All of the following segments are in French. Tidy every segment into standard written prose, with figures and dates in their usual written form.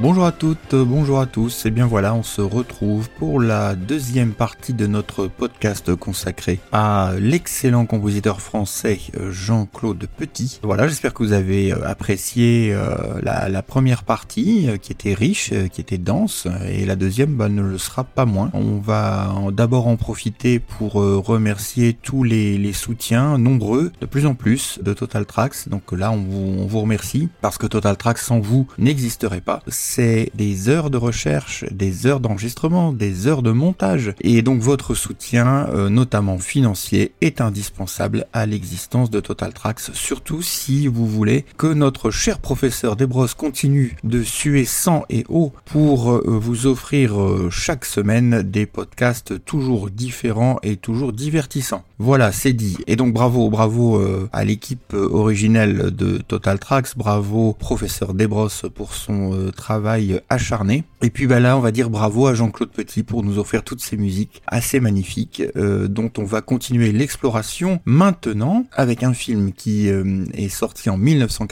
Bonjour à toutes, bonjour à tous, et bien voilà, on se retrouve pour la deuxième partie de notre podcast consacré à l'excellent compositeur français Jean-Claude Petit. Voilà, j'espère que vous avez apprécié la première partie qui était riche, qui était dense, et la deuxième ne le sera pas moins. On va d'abord en profiter pour remercier tous les soutiens nombreux, de plus en plus, de Total Tracks. Donc là, on vous remercie, parce que Total Tracks sans vous n'existerait pas. C'est des heures de recherche, des heures d'enregistrement, des heures de montage. Et donc votre soutien, notamment financier, est indispensable à l'existence de Total Tracks, surtout si vous voulez que notre cher professeur Desbrosses continue de suer sang et eau pour vous offrir chaque semaine des podcasts toujours différents et toujours divertissants. Voilà, c'est dit. Et donc bravo à l'équipe originelle de Total Tracks, bravo professeur Desbrosses pour son travail acharné. Et puis là, on va dire bravo à Jean-Claude Petit pour nous offrir toutes ces musiques assez magnifiques dont on va continuer l'exploration maintenant avec un film qui est sorti en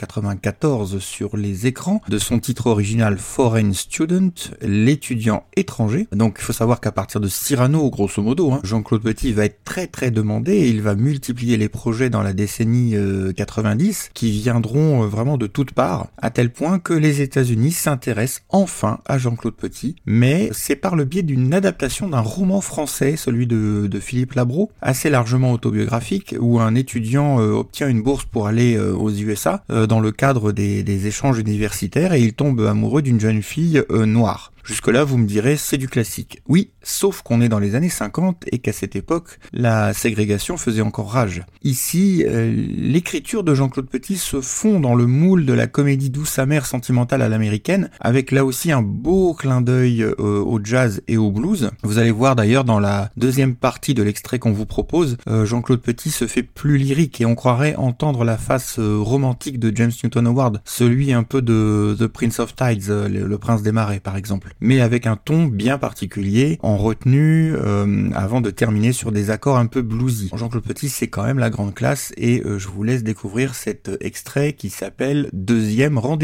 1994 sur les écrans de son titre original Foreign Student, l'étudiant étranger. Donc il faut savoir qu'à partir de Cyrano, grosso modo, Jean-Claude Petit va être très très demandé et il va multiplier les projets dans la décennie 90 qui viendront vraiment de toutes parts, à tel point que les États-Unis s'intéressent enfin à Jean-Claude Petit, mais c'est par le biais d'une adaptation d'un roman français, celui de Philippe Labro, assez largement autobiographique, où un étudiant obtient une bourse pour aller aux USA dans le cadre des échanges universitaires et il tombe amoureux d'une jeune fille noire. Jusque-là, vous me direz, c'est du classique. Oui, sauf qu'on est dans les années 50 et qu'à cette époque, la ségrégation faisait encore rage. Ici, l'écriture de Jean-Claude Petit se fond dans le moule de la comédie douce amère sentimentale à l'américaine, avec là aussi un beau clin d'œil au jazz et au blues. Vous allez voir d'ailleurs dans la deuxième partie de l'extrait qu'on vous propose, Jean-Claude Petit se fait plus lyrique et on croirait entendre la face romantique de James Newton Howard, celui un peu de The Prince of Tides, le prince des marais par exemple, mais avec un ton bien particulier, en retenue, avant de terminer sur des accords un peu bluesy. Jean-Claude Petit, c'est quand même la grande classe, et je vous laisse découvrir cet extrait qui s'appelle « Deuxième rendez-vous ».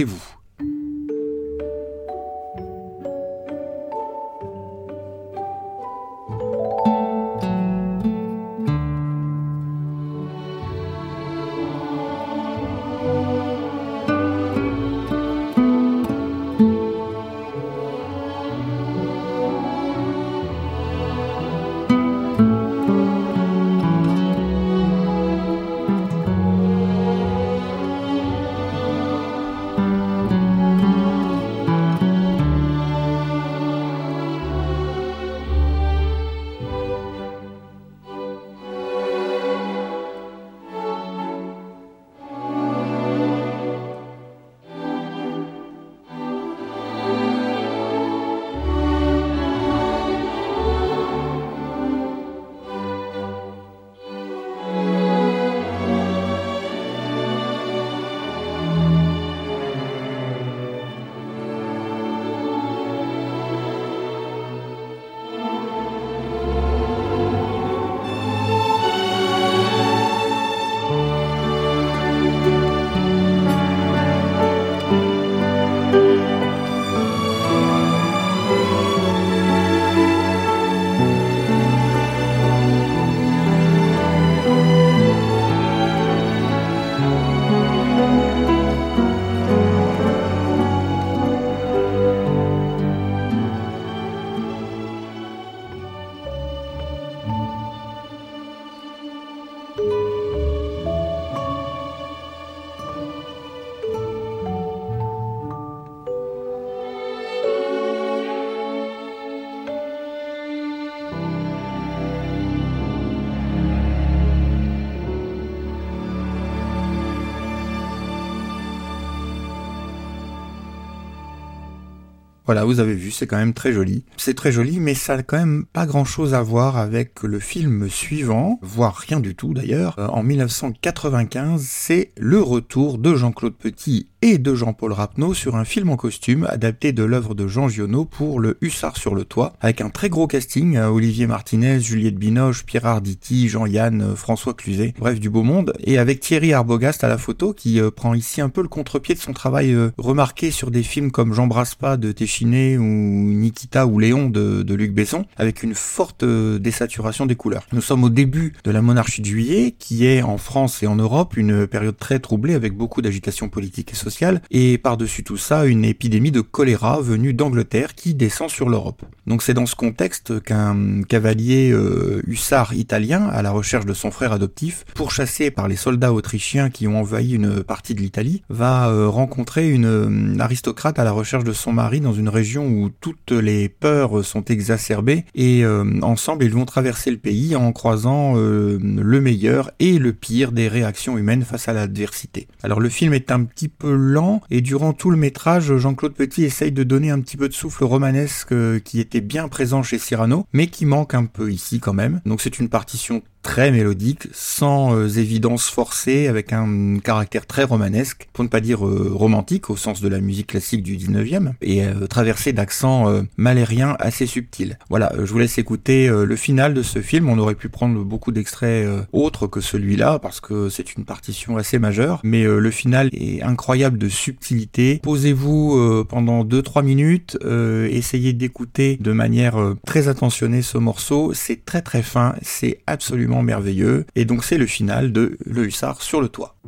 Voilà, vous avez vu, c'est quand même très joli. C'est très joli, mais ça n'a quand même pas grand-chose à voir avec le film suivant, voire rien du tout d'ailleurs. En 1995, c'est le retour de Jean-Claude Petit et de Jean-Paul Rapneau sur un film en costume adapté de l'œuvre de Jean Giono pour Le Hussard sur le toit, avec un très gros casting, Olivier Martinez, Juliette Binoche, Pierre Arditi, Jean-Yann, François Cluzet, bref du beau monde, et avec Thierry Arbogast à la photo qui prend ici un peu le contre-pied de son travail remarqué sur des films comme J'embrasse pas de Téchiné ou Nikita ou Léon de Luc Besson, avec une forte désaturation des couleurs. Nous sommes au début de la monarchie de Juillet, qui est en France et en Europe une période très troublée avec beaucoup d'agitation politique et sociale, et par-dessus tout ça, une épidémie de choléra venue d'Angleterre qui descend sur l'Europe. Donc c'est dans ce contexte qu'un cavalier hussard italien, à la recherche de son frère adoptif, pourchassé par les soldats autrichiens qui ont envahi une partie de l'Italie, va rencontrer une aristocrate à la recherche de son mari dans une région où toutes les peurs sont exacerbées, et ensemble ils vont traverser le pays en croisant le meilleur et le pire des réactions humaines face à l'adversité. Alors le film est un petit peu lent, et durant tout le métrage, Jean-Claude Petit essaye de donner un petit peu de souffle romanesque qui était bien présent chez Cyrano, mais qui manque un peu ici quand même. Donc c'est une partition très mélodique, sans évidence forcée, avec un caractère très romanesque, pour ne pas dire romantique au sens de la musique classique du 19e, et traversé d'accents malériens assez subtils. Voilà, je vous laisse écouter le final de ce film. On aurait pu prendre beaucoup d'extraits autres que celui-là, parce que c'est une partition assez majeure, mais le final est incroyable de subtilité. Posez-vous pendant 2-3 minutes, essayez d'écouter de manière très attentionnée ce morceau, c'est très très fin, c'est absolument merveilleux, et donc c'est le final de Le Hussard sur le toit.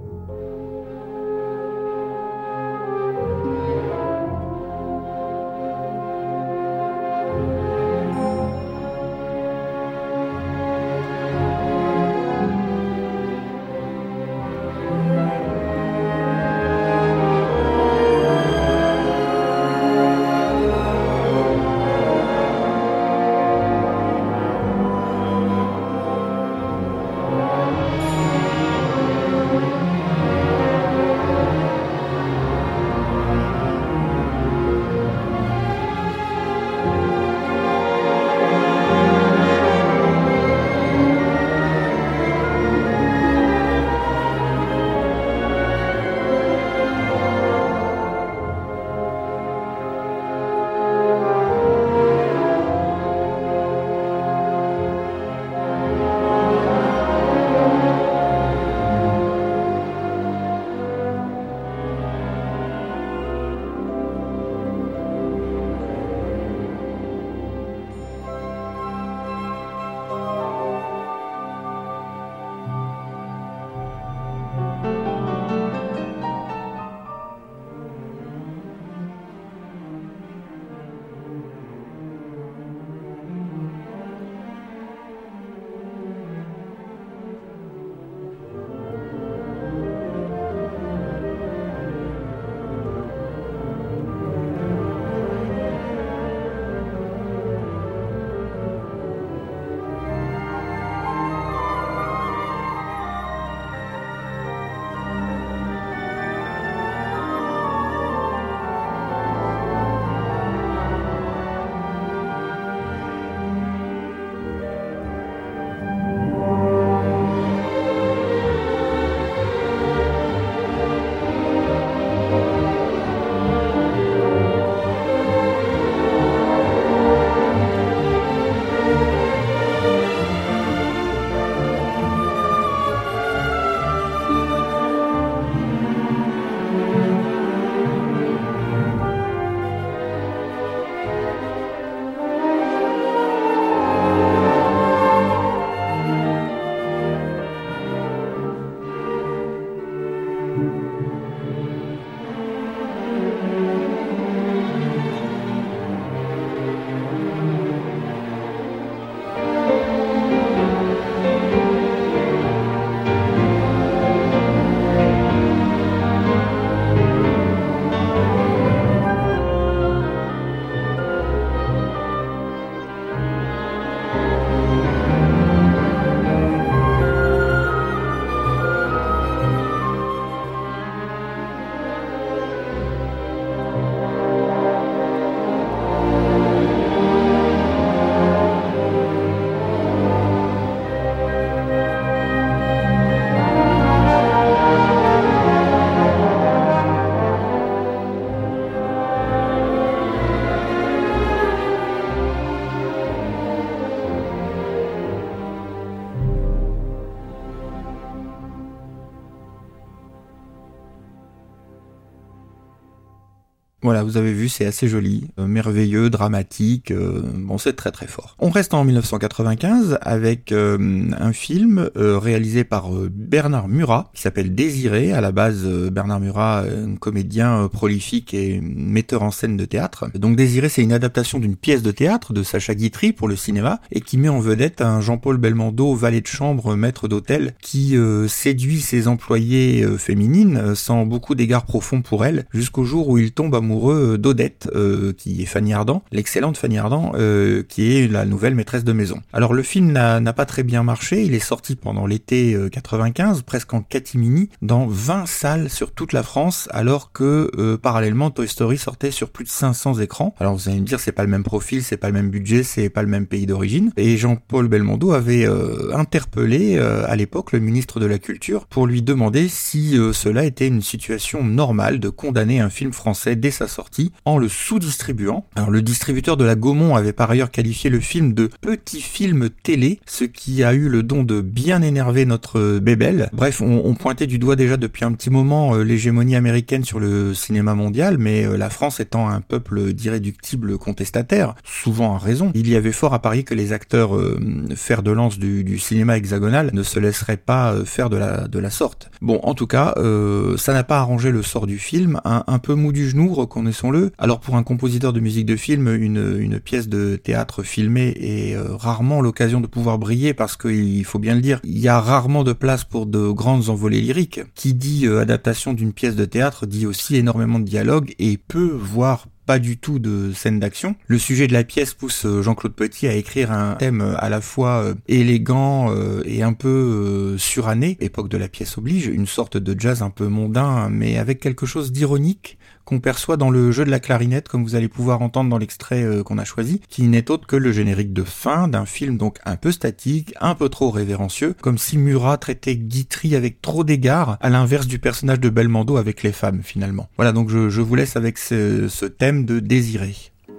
Voilà, vous avez vu, c'est assez joli, merveilleux, dramatique, bon c'est très très fort. On reste en 1995 avec un film réalisé par Bernard Murat, qui s'appelle Désiré. À la base, Bernard Murat, un comédien prolifique et metteur en scène de théâtre. Donc Désiré, c'est une adaptation d'une pièce de théâtre de Sacha Guitry pour le cinéma, et qui met en vedette un Jean-Paul Belmondo, valet de chambre, maître d'hôtel, qui séduit ses employées féminines sans beaucoup d'égards profonds pour elles, jusqu'au jour où il tombe amoureux d'Odette, qui est Fanny Ardant, l'excellente Fanny Ardant, qui est la nouvelle maîtresse de maison. Alors le film n'a pas très bien marché, il est sorti pendant l'été 95, presque en catimini, dans 20 salles sur toute la France, alors que parallèlement Toy Story sortait sur plus de 500 écrans. Alors vous allez me dire, c'est pas le même profil, c'est pas le même budget, c'est pas le même pays d'origine, et Jean-Paul Belmondo avait interpellé à l'époque le ministre de la Culture pour lui demander si cela était une situation normale de condamner un film français dès sa sortie en le sous-distribuant. Alors le distributeur de la Gaumont avait par ailleurs qualifié le film de petit film télé, ce qui a eu le don de bien énerver notre bébelle. Bref, on pointait du doigt déjà depuis un petit moment l'hégémonie américaine sur le cinéma mondial, mais la France étant un peuple d'irréductibles contestataires, souvent à raison, il y avait fort à parier que les acteurs fer de lance du cinéma hexagonal ne se laisseraient pas faire de la sorte. Bon, en tout cas, ça n'a pas arrangé le sort du film, un peu mou du genou, reconnaissons-le. Alors pour un compositeur de musique de film, une pièce de théâtre filmée est rarement l'occasion de pouvoir briller, parce qu'il faut bien le dire, il y a rarement de place pour de grandes envolées lyriques. Qui dit adaptation d'une pièce de théâtre dit aussi énormément de dialogue et peu, voire pas du tout de scène d'action. Le sujet de la pièce pousse Jean-Claude Petit à écrire un thème à la fois élégant et un peu suranné, époque de la pièce oblige, une sorte de jazz un peu mondain, mais avec quelque chose d'ironique qu'on perçoit dans le jeu de la clarinette, comme vous allez pouvoir entendre dans l'extrait qu'on a choisi, qui n'est autre que le générique de fin d'un film donc un peu statique, un peu trop révérencieux, comme si Murat traitait Guitry avec trop d'égards, à l'inverse du personnage de Belmondo avec les femmes finalement. Voilà, donc je vous laisse avec ce thème de Désiré.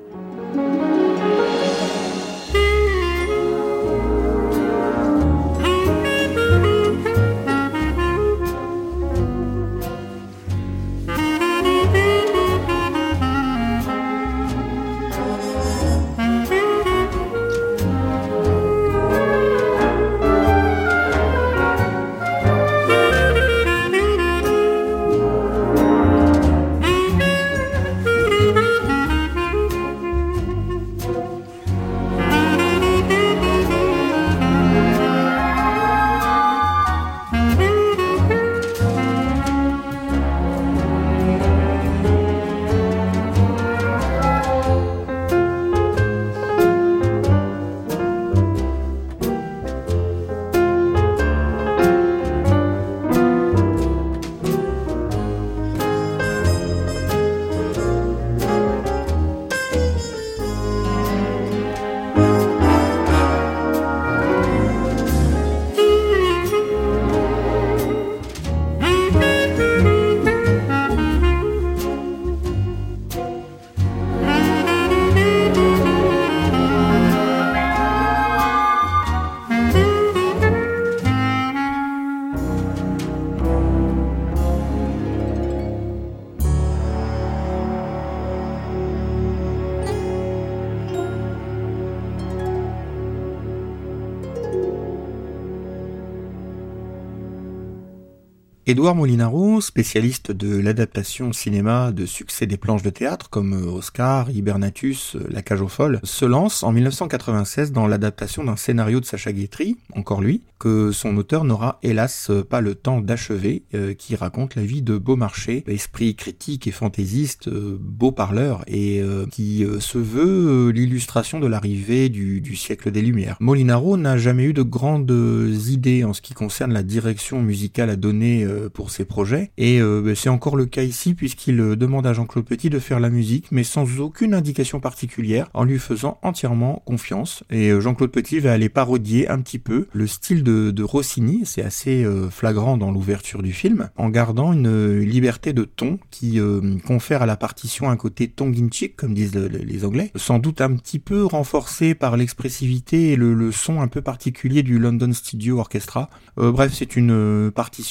Édouard Molinaro, spécialiste de l'adaptation cinéma de succès des planches de théâtre comme Oscar, Hibernatus, La Cage aux Folles, se lance en 1996 dans l'adaptation d'un scénario de Sacha Guitry, encore lui, que son auteur n'aura hélas pas le temps d'achever, qui raconte la vie de Beaumarchais, esprit critique et fantaisiste, beau parleur, et qui se veut l'illustration de l'arrivée du siècle des Lumières. Molinaro n'a jamais eu de grandes idées en ce qui concerne la direction musicale à donner pour ses projets, et c'est encore le cas ici puisqu'il demande à Jean-Claude Petit de faire la musique, mais sans aucune indication particulière, en lui faisant entièrement confiance, et Jean-Claude Petit va aller parodier un petit peu le style de Rossini, c'est assez flagrant dans l'ouverture du film, en gardant une liberté de ton qui confère à la partition un côté tongue-in-cheek, comme disent les Anglais, sans doute un petit peu renforcé par l'expressivité et le son un peu particulier du London Studio Orchestra. Bref, c'est une partition qui est assez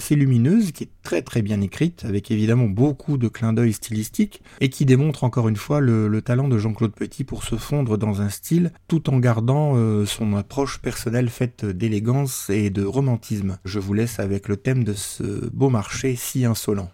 assez lumineuse, qui est très très bien écrite, avec évidemment beaucoup de clins d'œil stylistiques, et qui démontre encore une fois le talent de Jean-Claude Petit pour se fondre dans un style, tout en gardant son approche personnelle faite d'élégance et de romantisme. Je vous laisse avec le thème de ce beau marché si insolent.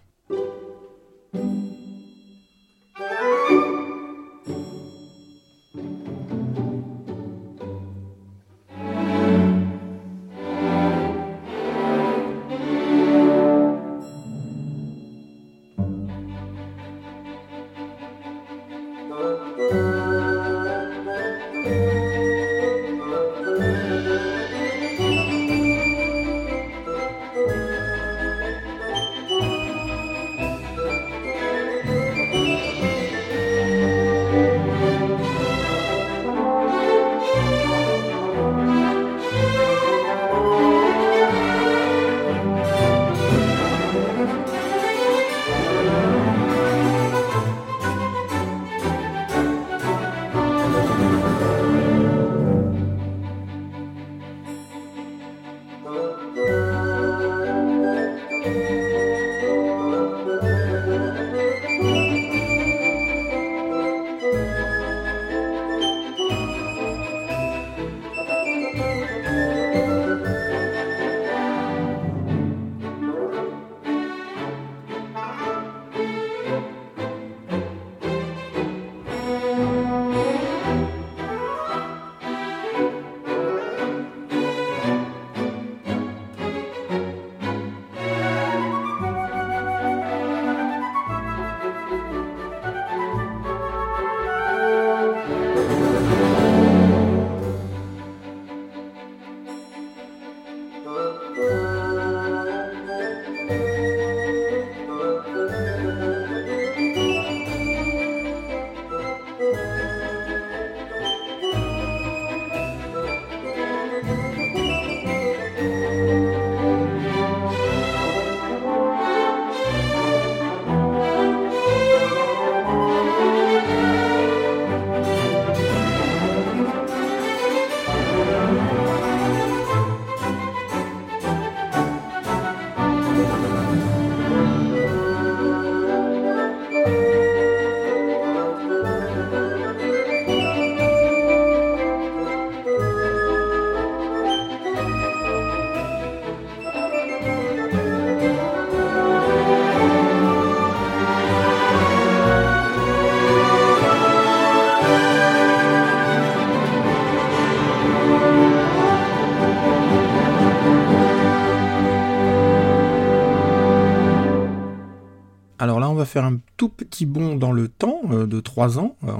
Alors là, on va faire un tout petit bond dans le temps de 3 ans, en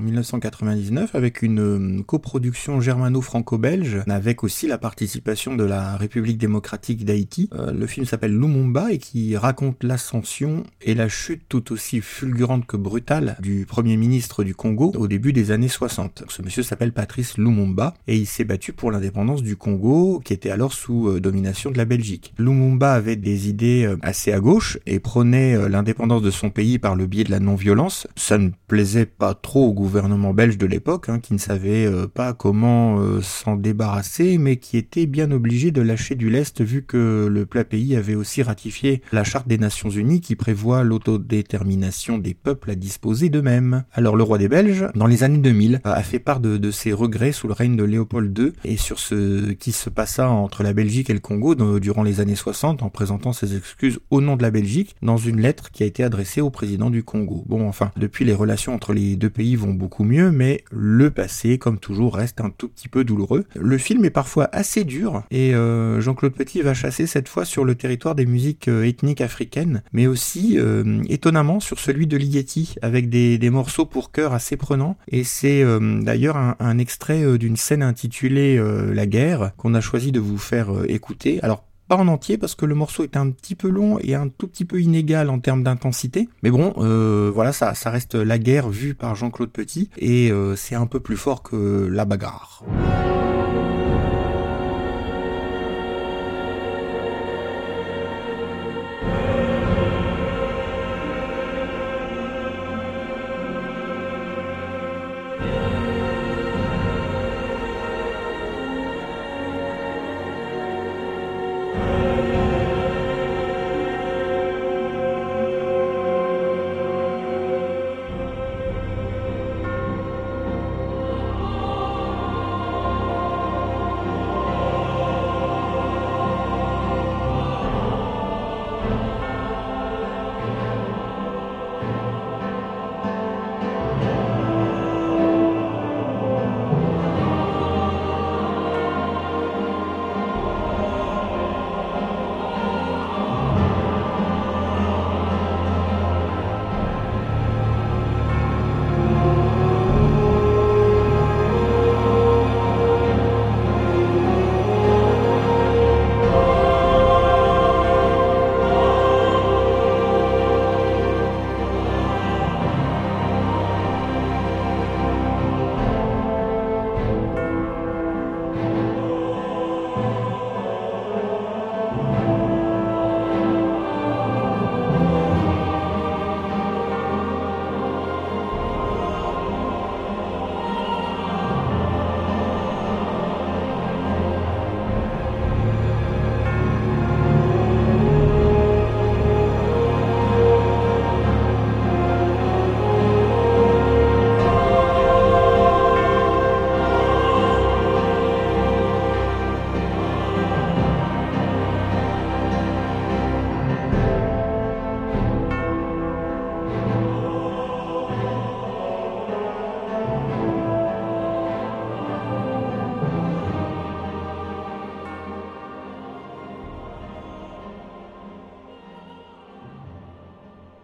1999, avec une coproduction germano-franco-belge, avec aussi la participation de la République démocratique d'Haïti. Le film s'appelle Lumumba et qui raconte l'ascension et la chute tout aussi fulgurante que brutale du premier ministre du Congo au début des années 60. Ce monsieur s'appelle Patrice Lumumba et il s'est battu pour l'indépendance du Congo, qui était alors sous domination de la Belgique. Lumumba avait des idées assez à gauche et prônait l'indépendance de son pays par le biais de la non-violence. Ça ne plaisait pas trop au gouvernement belge de l'époque, qui ne savait pas comment s'en débarrasser, mais qui était bien obligé de lâcher du lest vu que le plat pays avait aussi ratifié la Charte des Nations Unies qui prévoit l'autodétermination des peuples à disposer d'eux-mêmes. Alors le roi des Belges, dans les années 2000, a fait part de ses regrets sous le règne de Léopold II et sur ce qui se passa entre la Belgique et le Congo durant les années 60 en présentant ses excuses au nom de la Belgique dans une lettre qui a été adressée au président du Congo. Bon, enfin, depuis les relations entre les deux pays vont beaucoup mieux, mais le passé, comme toujours, reste un tout petit peu douloureux. Le film est parfois assez dur et Jean-Claude Petit va chasser cette fois sur le territoire des musiques ethniques africaines, mais aussi étonnamment sur celui de Ligeti, avec des morceaux pour chœur assez prenants. Et c'est d'ailleurs un extrait d'une scène intitulée La guerre qu'on a choisi de vous faire écouter. Alors, pas en entier parce que le morceau est un petit peu long et un tout petit peu inégal en termes d'intensité. Mais bon, voilà, ça reste la guerre vue par Jean-Claude Petit et c'est un peu plus fort que la bagarre.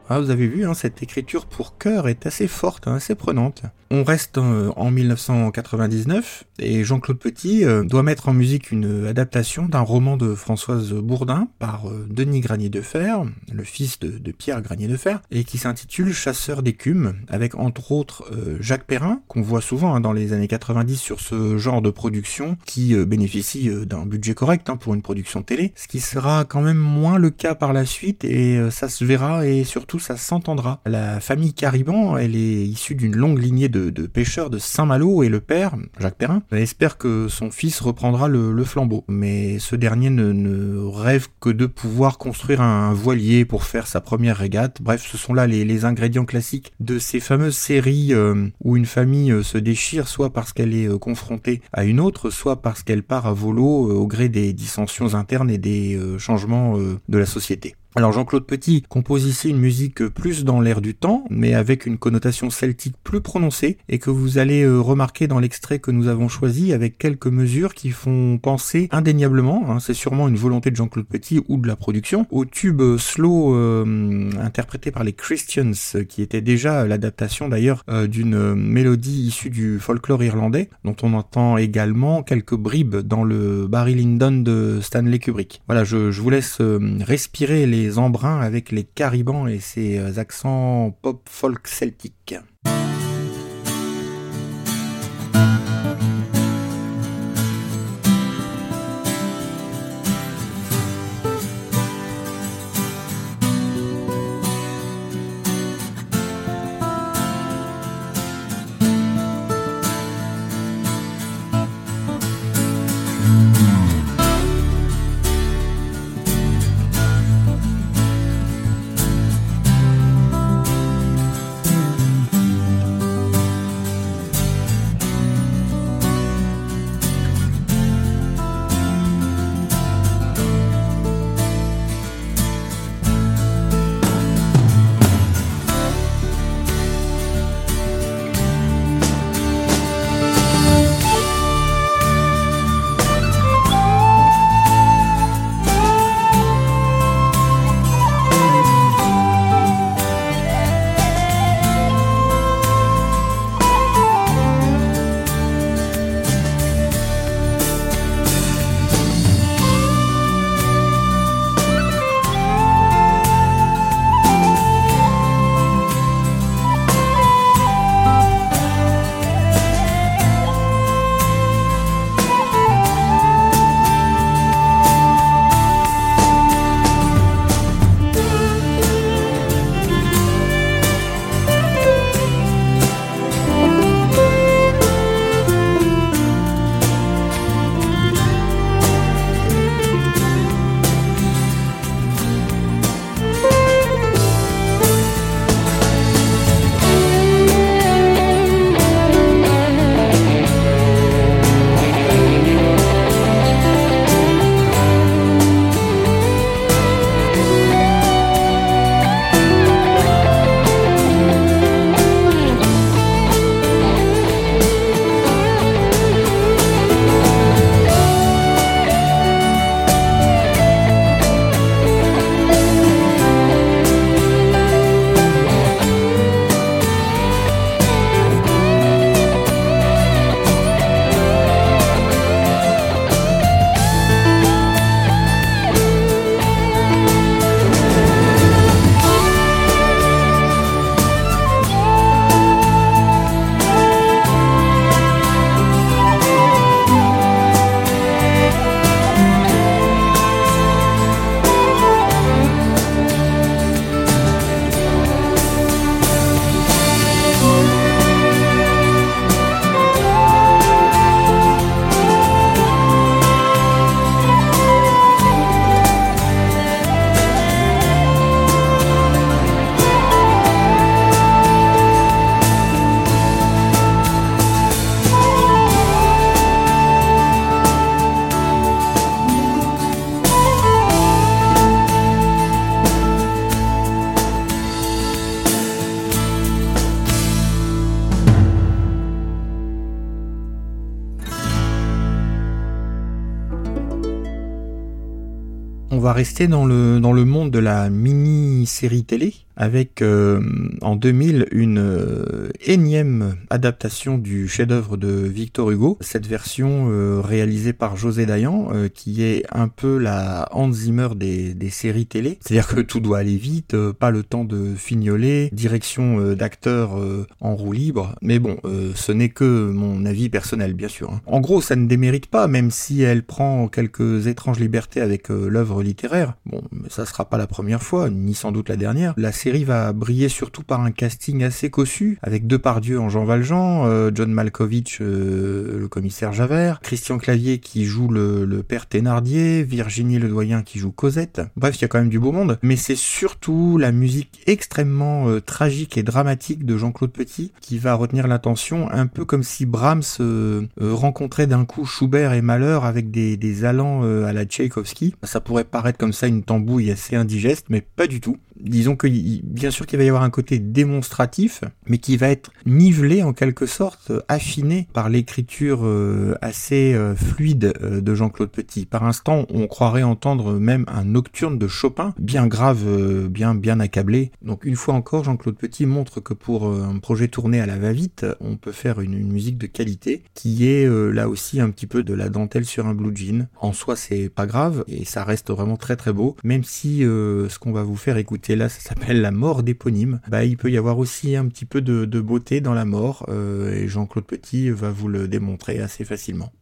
Ah, vous avez vu, cette écriture pour chœur est assez forte, assez prenante. On reste en 1999 et Jean-Claude Petit doit mettre en musique une adaptation d'un roman de Françoise Bourdin par Denis Granier de Fer, le fils de Pierre Granier de Fer, et qui s'intitule Chasseur d'écume, avec entre autres Jacques Perrin, qu'on voit souvent dans les années 90 sur ce genre de production, qui bénéficie d'un budget correct pour une production télé, ce qui sera quand même moins le cas par la suite, et ça se verra et surtout ça s'entendra. La famille Cariban, elle est issue d'une longue lignée de pêcheurs de Saint-Malo, et le père, Jacques Perrin, espère que son fils reprendra le flambeau. Mais ce dernier ne rêve que de pouvoir construire un voilier pour faire sa première régate. Bref, ce sont là les ingrédients classiques de ces fameuses séries où une famille se déchire, soit parce qu'elle est confrontée à une autre, soit parce qu'elle part à volo au gré des dissensions internes et des changements de la société. Alors Jean-Claude Petit compose ici une musique plus dans l'air du temps, mais avec une connotation celtique plus prononcée, et que vous allez remarquer dans l'extrait que nous avons choisi, avec quelques mesures qui font penser indéniablement, c'est sûrement une volonté de Jean-Claude Petit ou de la production, au tube slow interprété par les Christians, qui était déjà l'adaptation d'ailleurs d'une mélodie issue du folklore irlandais, dont on entend également quelques bribes dans le Barry Lyndon de Stanley Kubrick. Voilà, je vous laisse respirer les embruns avec les Caribans et ses accents pop-folk celtiques. On va rester dans le monde de la mini-série télé avec en 2000 une énième adaptation du chef-d'œuvre de Victor Hugo, cette version réalisée par José Dayan, qui est un peu la Hans Zimmer des séries télé, c'est-à-dire que tout doit aller vite, pas le temps de fignoler, direction d'acteurs en roue libre, mais bon, ce n'est que mon avis personnel, bien sûr. En gros, ça ne démérite pas, même si elle prend quelques étranges libertés avec l'œuvre littéraire. Bon, ça sera pas la première fois, ni sans doute la dernière. La série va briller surtout par un casting assez cossu, avec Depardieu en Jean Valjean, John Malkovich, le commissaire Javert, Christian Clavier qui joue le père Thénardier, Virginie Ledoyen qui joue Cosette. Bref, il y a quand même du beau monde, mais c'est surtout la musique extrêmement tragique et dramatique de Jean-Claude Petit qui va retenir l'attention, un peu comme si Brahms rencontrait d'un coup Schubert et Mahler avec des allants à la Tchaïkovski. Ça pourrait paraître comme ça une tambouille assez indigeste, mais pas du tout. Disons que bien sûr qu'il va y avoir un côté démonstratif, mais qui va être nivelé en quelque sorte, affiné par l'écriture assez fluide de Jean-Claude Petit. Par instant, on croirait entendre même un nocturne de Chopin, bien grave, bien accablé. Donc une fois encore, Jean-Claude Petit montre que pour un projet tourné à la va-vite, on peut faire une musique de qualité, qui est là aussi un petit peu de la dentelle sur un blue jean. En soi, c'est pas grave, et ça reste vraiment très très beau, même si ce qu'on va vous faire écouter là, ça s'appelle La mort d'éponyme. Il peut y avoir aussi un petit peu de beauté dans la mort, et Jean-Claude Petit va vous le démontrer assez facilement.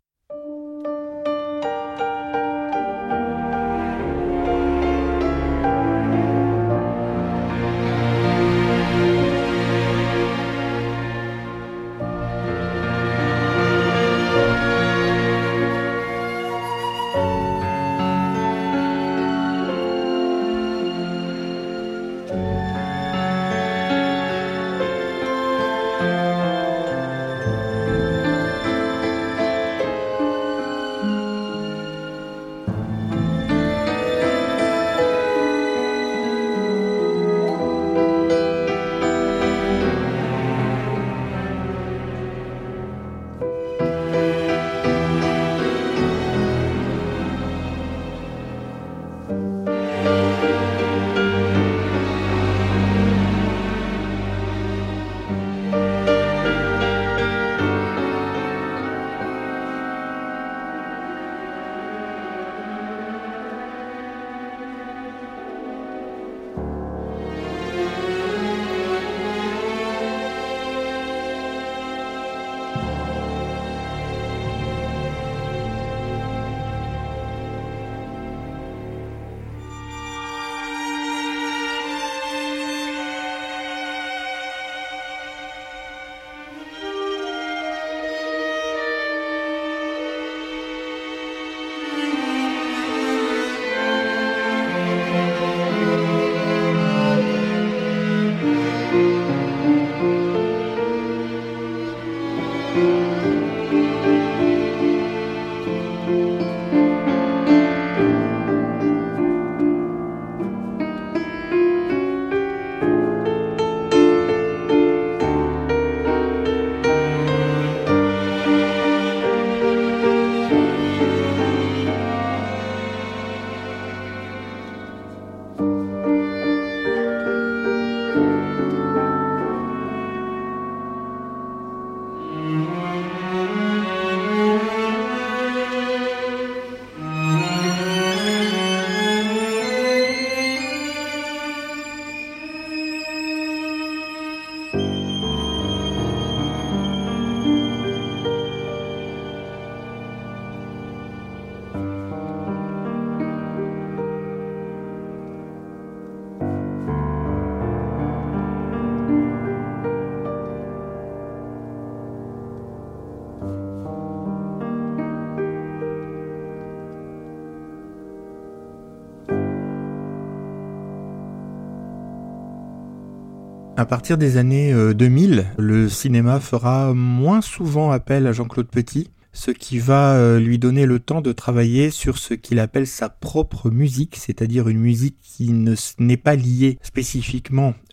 À partir des années 2000, le cinéma fera moins souvent appel à Jean-Claude Petit, ce qui va lui donner le temps de travailler sur ce qu'il appelle sa propre musique, c'est-à-dire une musique qui n'est pas liée spécifiquement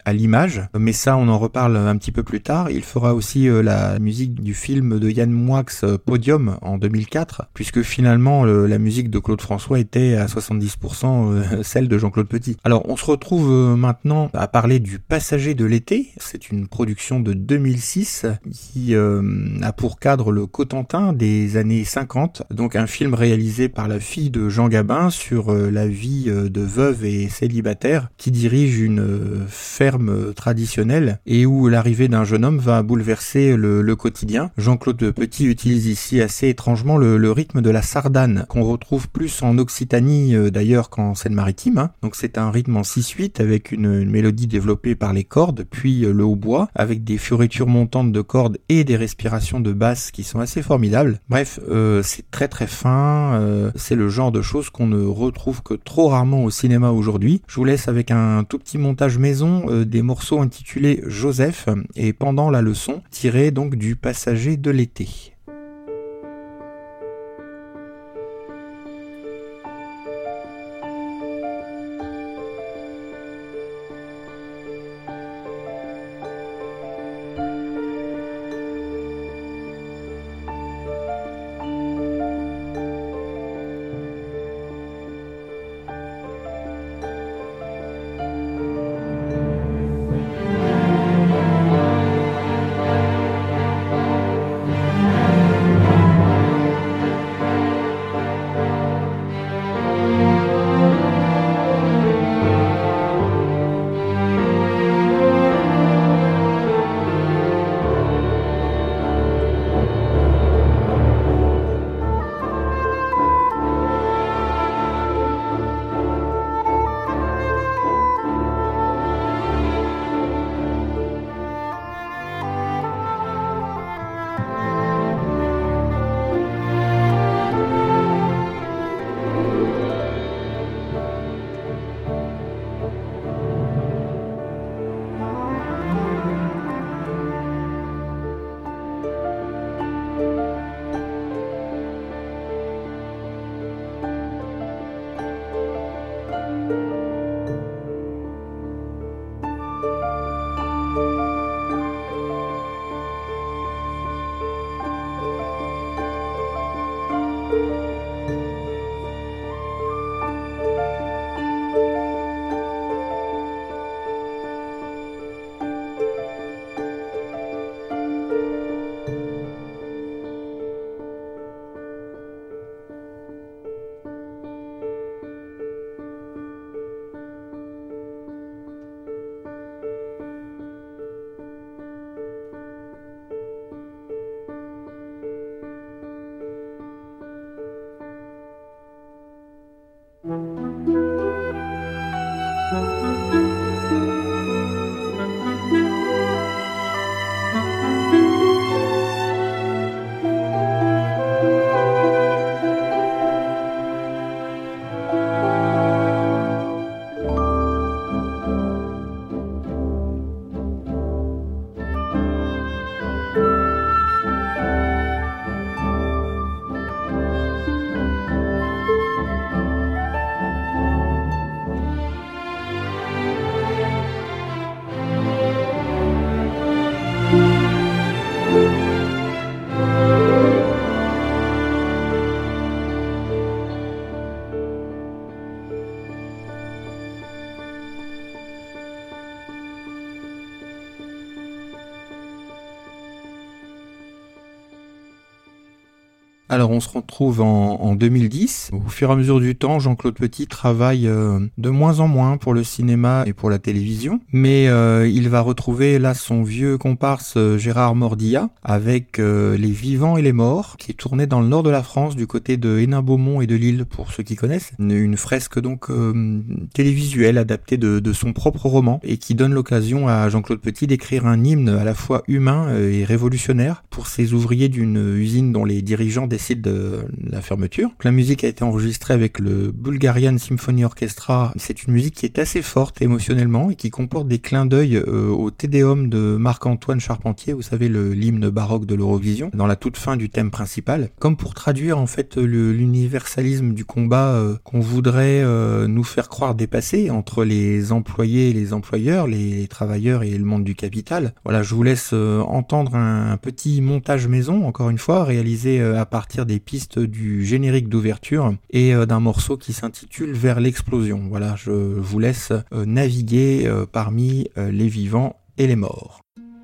à l'image, mais ça on en reparle un petit peu plus tard. Il fera aussi la musique du film de Yann Moix, Podium, en 2004, puisque finalement la musique de Claude François était à 70% celle de Jean-Claude Petit. Alors on se retrouve maintenant à parler du Passager de l'été. C'est une production de 2006 qui a pour cadre le Cotentin des années 50, donc un film réalisé par la fille de Jean Gabin sur la vie de veuve et célibataire qui dirige une ferme traditionnelle et où l'arrivée d'un jeune homme va bouleverser le quotidien. Jean-Claude Petit utilise ici assez étrangement le rythme de la sardane, qu'on retrouve plus en Occitanie d'ailleurs qu'en Seine-Maritime, hein. Donc c'est un rythme en 6/8 avec une mélodie développée par les cordes, puis le hautbois, avec des fioritures montantes de cordes et des respirations de basse qui sont assez formidables. Bref, c'est très très fin, c'est le genre de choses qu'on ne retrouve que trop rarement au cinéma aujourd'hui. Je vous laisse avec un tout petit montage maison des morceaux intitulés Joseph et Pendant la leçon, tiré donc du Passager de l'été. Alors on se retrouve en 2010. Au fur et à mesure du temps, Jean-Claude Petit travaille de moins en moins pour le cinéma et pour la télévision, mais il va retrouver là son vieux comparse Gérard Mordillat avec Les Vivants et les Morts, qui est tourné dans le nord de la France, du côté de Hénin-Beaumont et de Lille, pour ceux qui connaissent. Une fresque donc télévisuelle adaptée de son propre roman et qui donne l'occasion à Jean-Claude Petit d'écrire un hymne à la fois humain et révolutionnaire pour ces ouvriers d'une usine dont les dirigeants décide de la fermeture. La musique a été enregistrée avec le Bulgarian Symphony Orchestra. C'est une musique qui est assez forte émotionnellement et qui comporte des clins d'œil au Te Deum de Marc-Antoine Charpentier, vous savez, l'hymne baroque de l'Eurovision, dans la toute fin du thème principal, comme pour traduire en fait l'universalisme du combat qu'on voudrait nous faire croire dépassé entre les employés et les employeurs, les travailleurs et le monde du capital. Voilà, je vous laisse entendre un petit montage maison, encore une fois, réalisé à partir des pistes du générique d'ouverture et d'un morceau qui s'intitule Vers l'explosion. Voilà, je vous laisse naviguer parmi les vivants et les morts.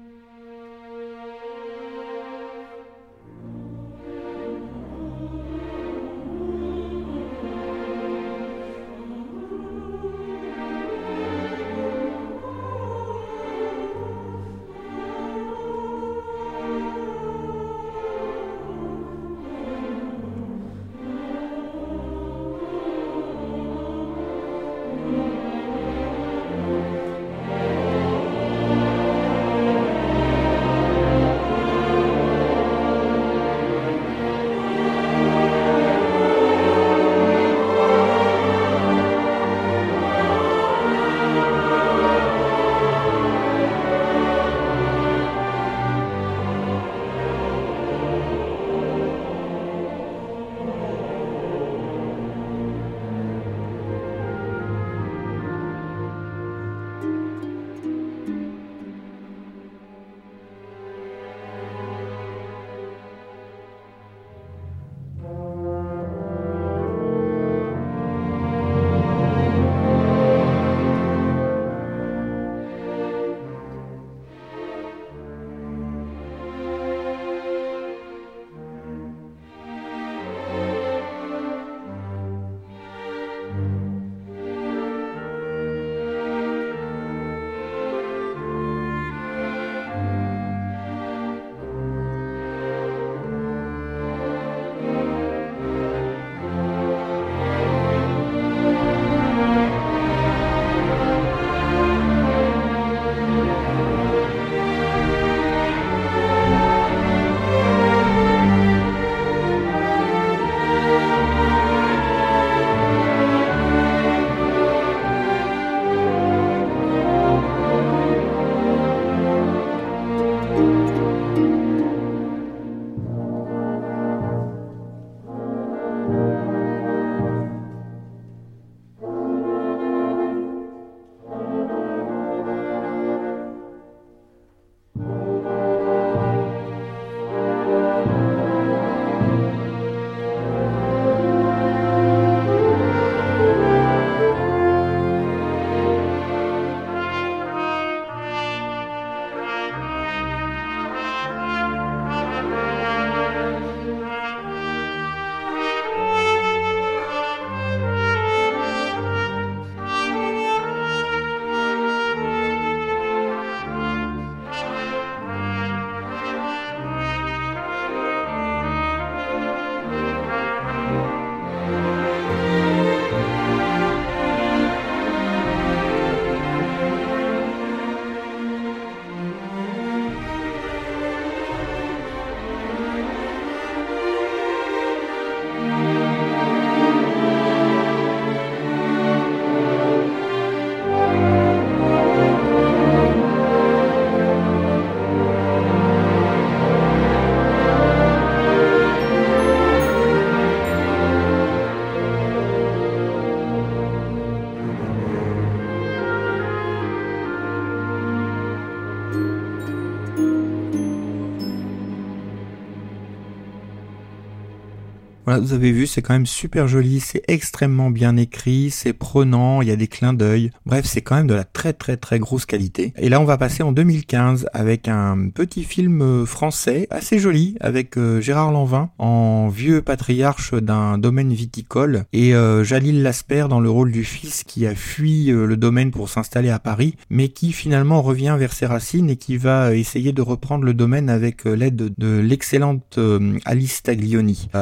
Voilà, vous avez vu, c'est quand même super joli, c'est extrêmement bien écrit, c'est prenant, il y a des clins d'œil. Bref, c'est quand même de la très très très grosse qualité. Et là, on va passer en 2015 avec un petit film français assez joli avec Gérard Lanvin en vieux patriarche d'un domaine viticole et Jalil Lasper dans le rôle du fils qui a fui le domaine pour s'installer à Paris, mais qui finalement revient vers ses racines et qui va essayer de reprendre le domaine avec l'aide de l'excellente Alice Taglioni. Alors on a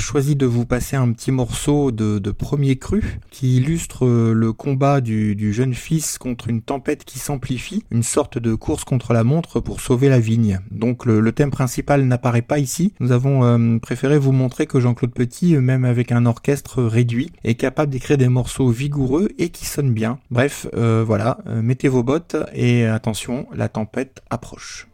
choisi de vous passer un petit morceau de Premier Cru qui illustre le combat du jeune fils contre une tempête qui s'amplifie, une sorte de course contre la montre pour sauver la vigne. Donc le thème principal n'apparaît pas ici. Nous avons préféré vous montrer que Jean-Claude Petit, même avec un orchestre réduit, est capable d'écrire des morceaux vigoureux et qui sonnent bien. Bref, voilà, mettez vos bottes et attention, la tempête approche.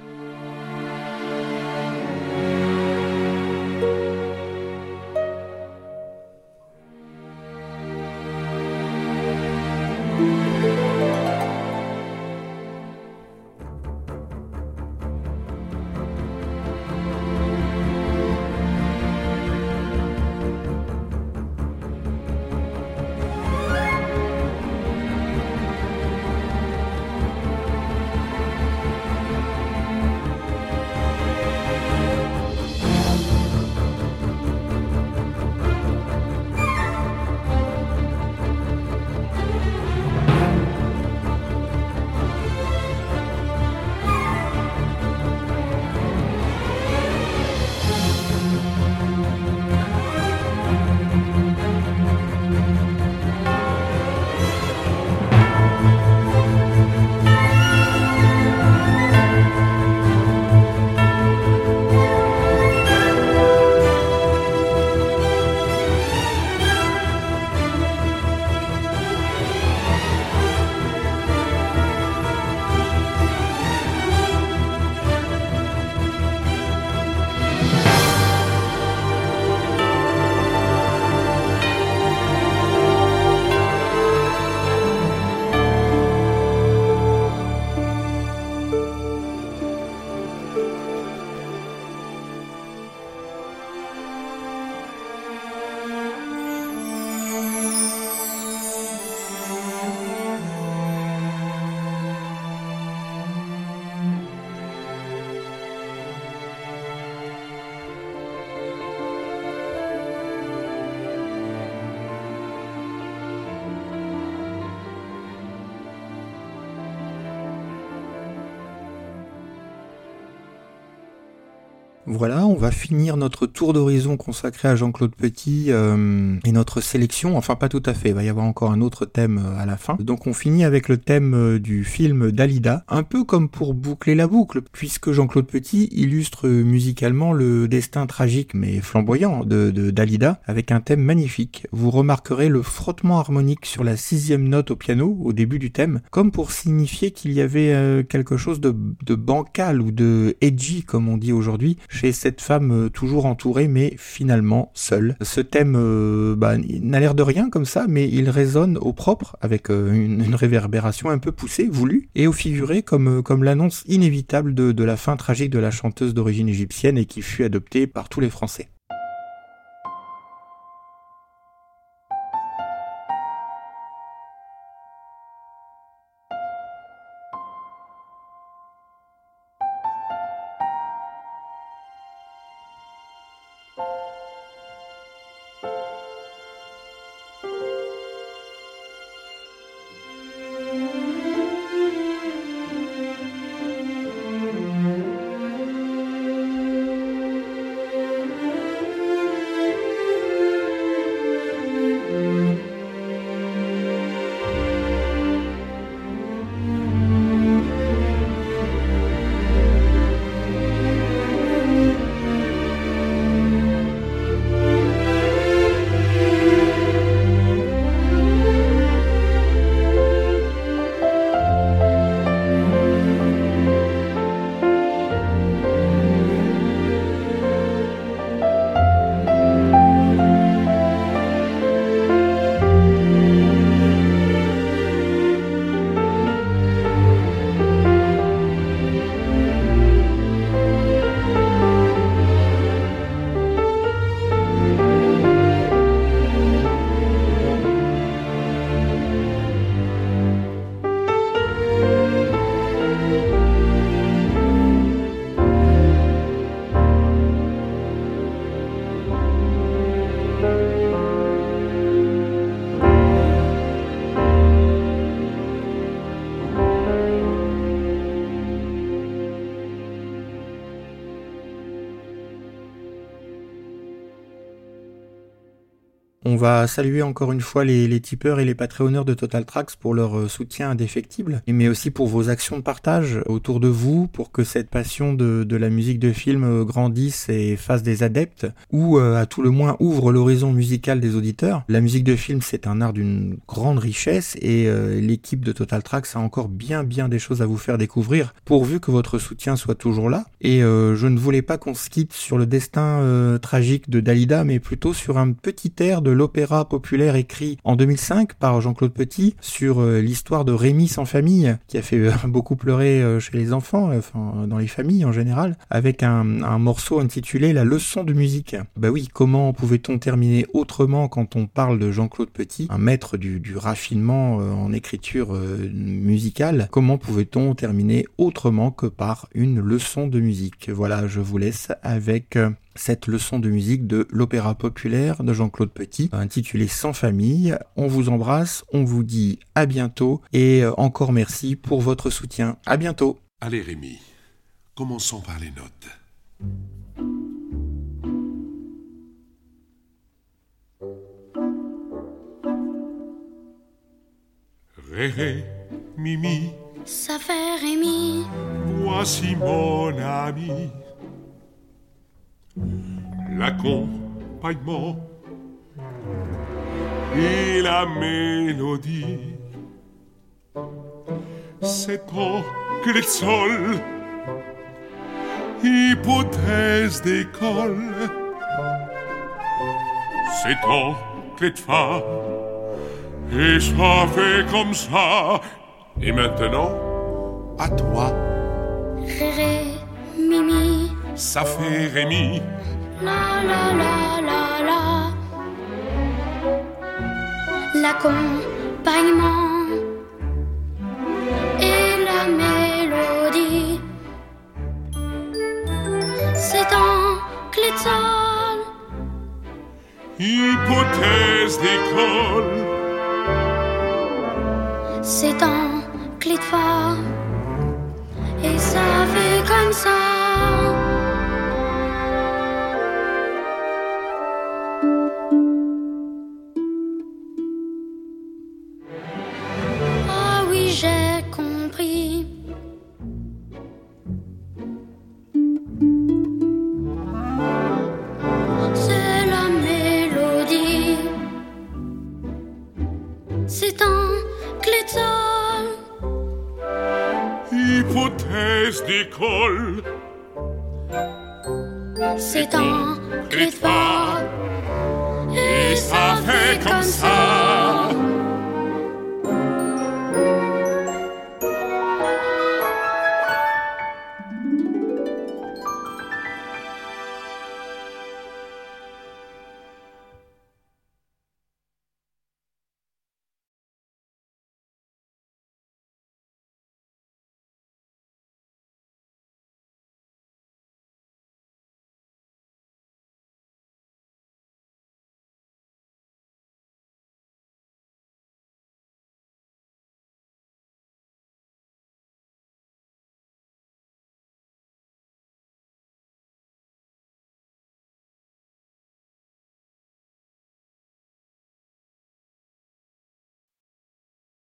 Voilà, on va finir notre tour d'horizon consacré à Jean-Claude Petit et notre sélection, enfin pas tout à fait, il va y avoir encore un autre thème à la fin. Donc on finit avec le thème du film Dalida, un peu comme pour boucler la boucle, puisque Jean-Claude Petit illustre musicalement le destin tragique mais flamboyant de Dalida avec un thème magnifique. Vous remarquerez le frottement harmonique sur la 6e note au piano au début du thème, comme pour signifier qu'il y avait quelque chose de bancal ou de edgy comme on dit aujourd'hui, chez cette femme toujours entourée mais finalement seule. Ce thème n'a l'air de rien comme ça, mais il résonne au propre avec une réverbération un peu poussée, voulue, et au figuré comme l'annonce inévitable de la fin tragique de la chanteuse d'origine égyptienne et qui fut adoptée par tous les Français. On va saluer encore une fois les tipeurs et les patreonneurs de Total Tracks pour leur soutien indéfectible, mais aussi pour vos actions de partage autour de vous, pour que cette passion de la musique de film grandisse et fasse des adeptes, ou à tout le moins ouvre l'horizon musical des auditeurs. La musique de film, c'est un art d'une grande richesse, et l'équipe de Total Tracks a encore bien des choses à vous faire découvrir, pourvu que votre soutien soit toujours là. Et je ne voulais pas qu'on se quitte sur le destin tragique de Dalida, mais plutôt sur un petit air de l'opéra populaire écrit en 2005 par Jean-Claude Petit sur l'histoire de Rémi sans famille, qui a fait beaucoup pleurer chez les enfants, enfin dans les familles en général, avec un morceau intitulé La leçon de musique. Bah oui, comment pouvait-on terminer autrement quand on parle de Jean-Claude Petit, un maître du raffinement en écriture musicale? Comment pouvait-on terminer autrement que par une leçon de musique? Voilà, je vous laisse avec cette leçon de musique de l'opéra populaire de Jean-Claude Petit, intitulée Sans famille. On vous embrasse, on vous dit à bientôt, et encore merci pour votre soutien. À bientôt. Allez Rémi, commençons par les notes. Ré, ré, mi, mi. Ça fait Rémi. Voici mon ami. L'accompagnement et la mélodie, c'est en clé de sol, hypothèse d'école, c'est en clé de fa, et ça fait comme ça. Et maintenant, à toi. Ré, ré, mi, mi. Ça fait Rémi. La, la, la, la, la. L'accompagnement et la mélodie, c'est en clé de sol, Hypothèse d'école, c'est en clé de fa, et ça fait comme ça. Ah oui, j'ai compris. C'est la mélodie, c'est en clé de sol, hypothèse d'école, c'est en clé de fa, et ça fait comme ça.